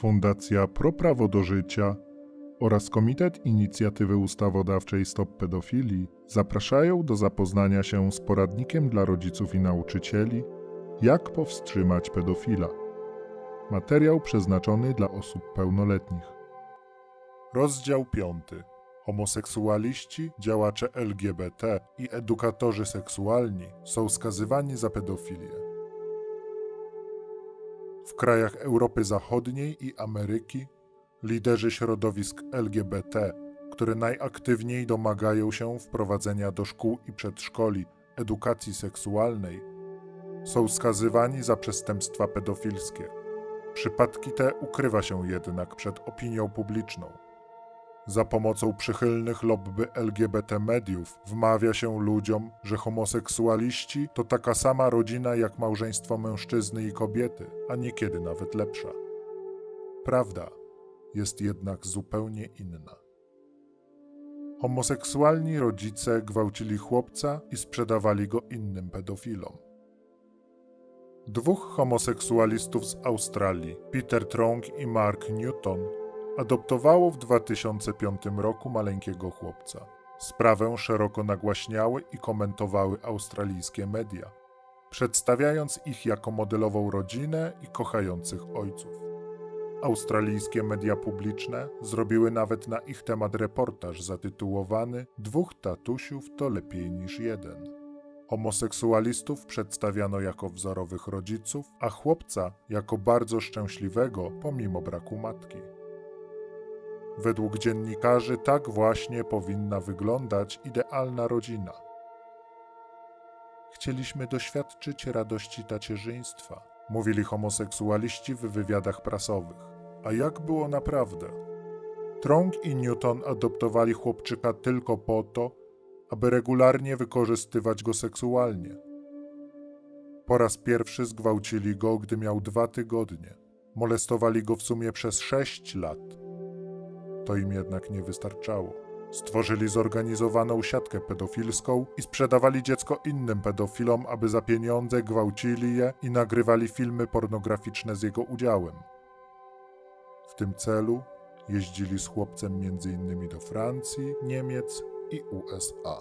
Fundacja Pro Prawo do Życia oraz Komitet Inicjatywy Ustawodawczej Stop Pedofilii zapraszają do zapoznania się z poradnikiem dla rodziców i nauczycieli Jak powstrzymać pedofila. Materiał przeznaczony dla osób pełnoletnich. Rozdział 5. Homoseksualiści, działacze LGBT i edukatorzy seksualni są skazywani za pedofilię. W krajach Europy Zachodniej i Ameryki liderzy środowisk LGBT, które najaktywniej domagają się wprowadzenia do szkół i przedszkoli edukacji seksualnej, są skazywani za przestępstwa pedofilskie. Przypadki te ukrywa się jednak przed opinią publiczną. Za pomocą przychylnych lobby LGBT mediów wmawia się ludziom, że homoseksualiści to taka sama rodzina jak małżeństwo mężczyzny i kobiety, a niekiedy nawet lepsza. Prawda jest jednak zupełnie inna. Homoseksualni rodzice gwałcili chłopca i sprzedawali go innym pedofilom. Dwóch homoseksualistów z Australii, Peter Trong i Mark Newton, adoptowało w 2005 roku maleńkiego chłopca. Sprawę szeroko nagłaśniały i komentowały australijskie media, przedstawiając ich jako modelową rodzinę i kochających ojców. Australijskie media publiczne zrobiły nawet na ich temat reportaż zatytułowany „Dwóch tatusiów to lepiej niż jeden”. Homoseksualistów przedstawiano jako wzorowych rodziców, a chłopca jako bardzo szczęśliwego pomimo braku matki. Według dziennikarzy tak właśnie powinna wyglądać idealna rodzina. Chcieliśmy doświadczyć radości tacierzyństwa, mówili homoseksualiści w wywiadach prasowych. A jak było naprawdę? Trong i Newton adoptowali chłopczyka tylko po to, aby regularnie wykorzystywać go seksualnie. Po raz pierwszy zgwałcili go, gdy miał 2 tygodnie. Molestowali go w sumie przez 6 lat. To im jednak nie wystarczało. Stworzyli zorganizowaną siatkę pedofilską i sprzedawali dziecko innym pedofilom, aby za pieniądze gwałcili je i nagrywali filmy pornograficzne z jego udziałem. W tym celu jeździli z chłopcem m.in. do Francji, Niemiec i USA.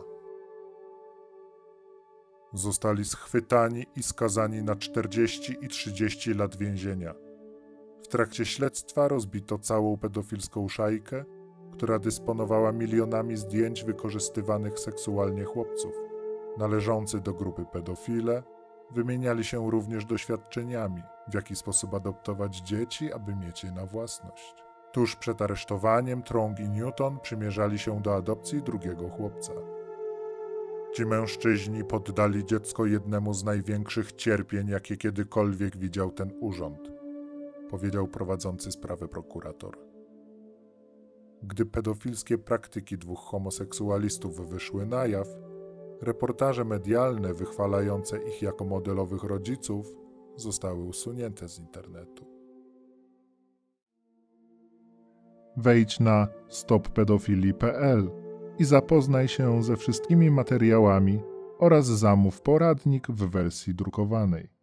Zostali schwytani i skazani na 40 i 30 lat więzienia. W trakcie śledztwa rozbito całą pedofilską szajkę, która dysponowała milionami zdjęć wykorzystywanych seksualnie chłopców. Należący do grupy pedofile wymieniali się również doświadczeniami, w jaki sposób adoptować dzieci, aby mieć je na własność. Tuż przed aresztowaniem Trong i Newton przymierzali się do adopcji drugiego chłopca. Ci mężczyźni poddali dziecko jednemu z największych cierpień, jakie kiedykolwiek widział ten urząd, powiedział prowadzący sprawę prokurator. Gdy pedofilskie praktyki dwóch homoseksualistów wyszły na jaw, reportaże medialne wychwalające ich jako modelowych rodziców zostały usunięte z internetu. Wejdź na stoppedofilii.pl i zapoznaj się ze wszystkimi materiałami oraz zamów poradnik w wersji drukowanej.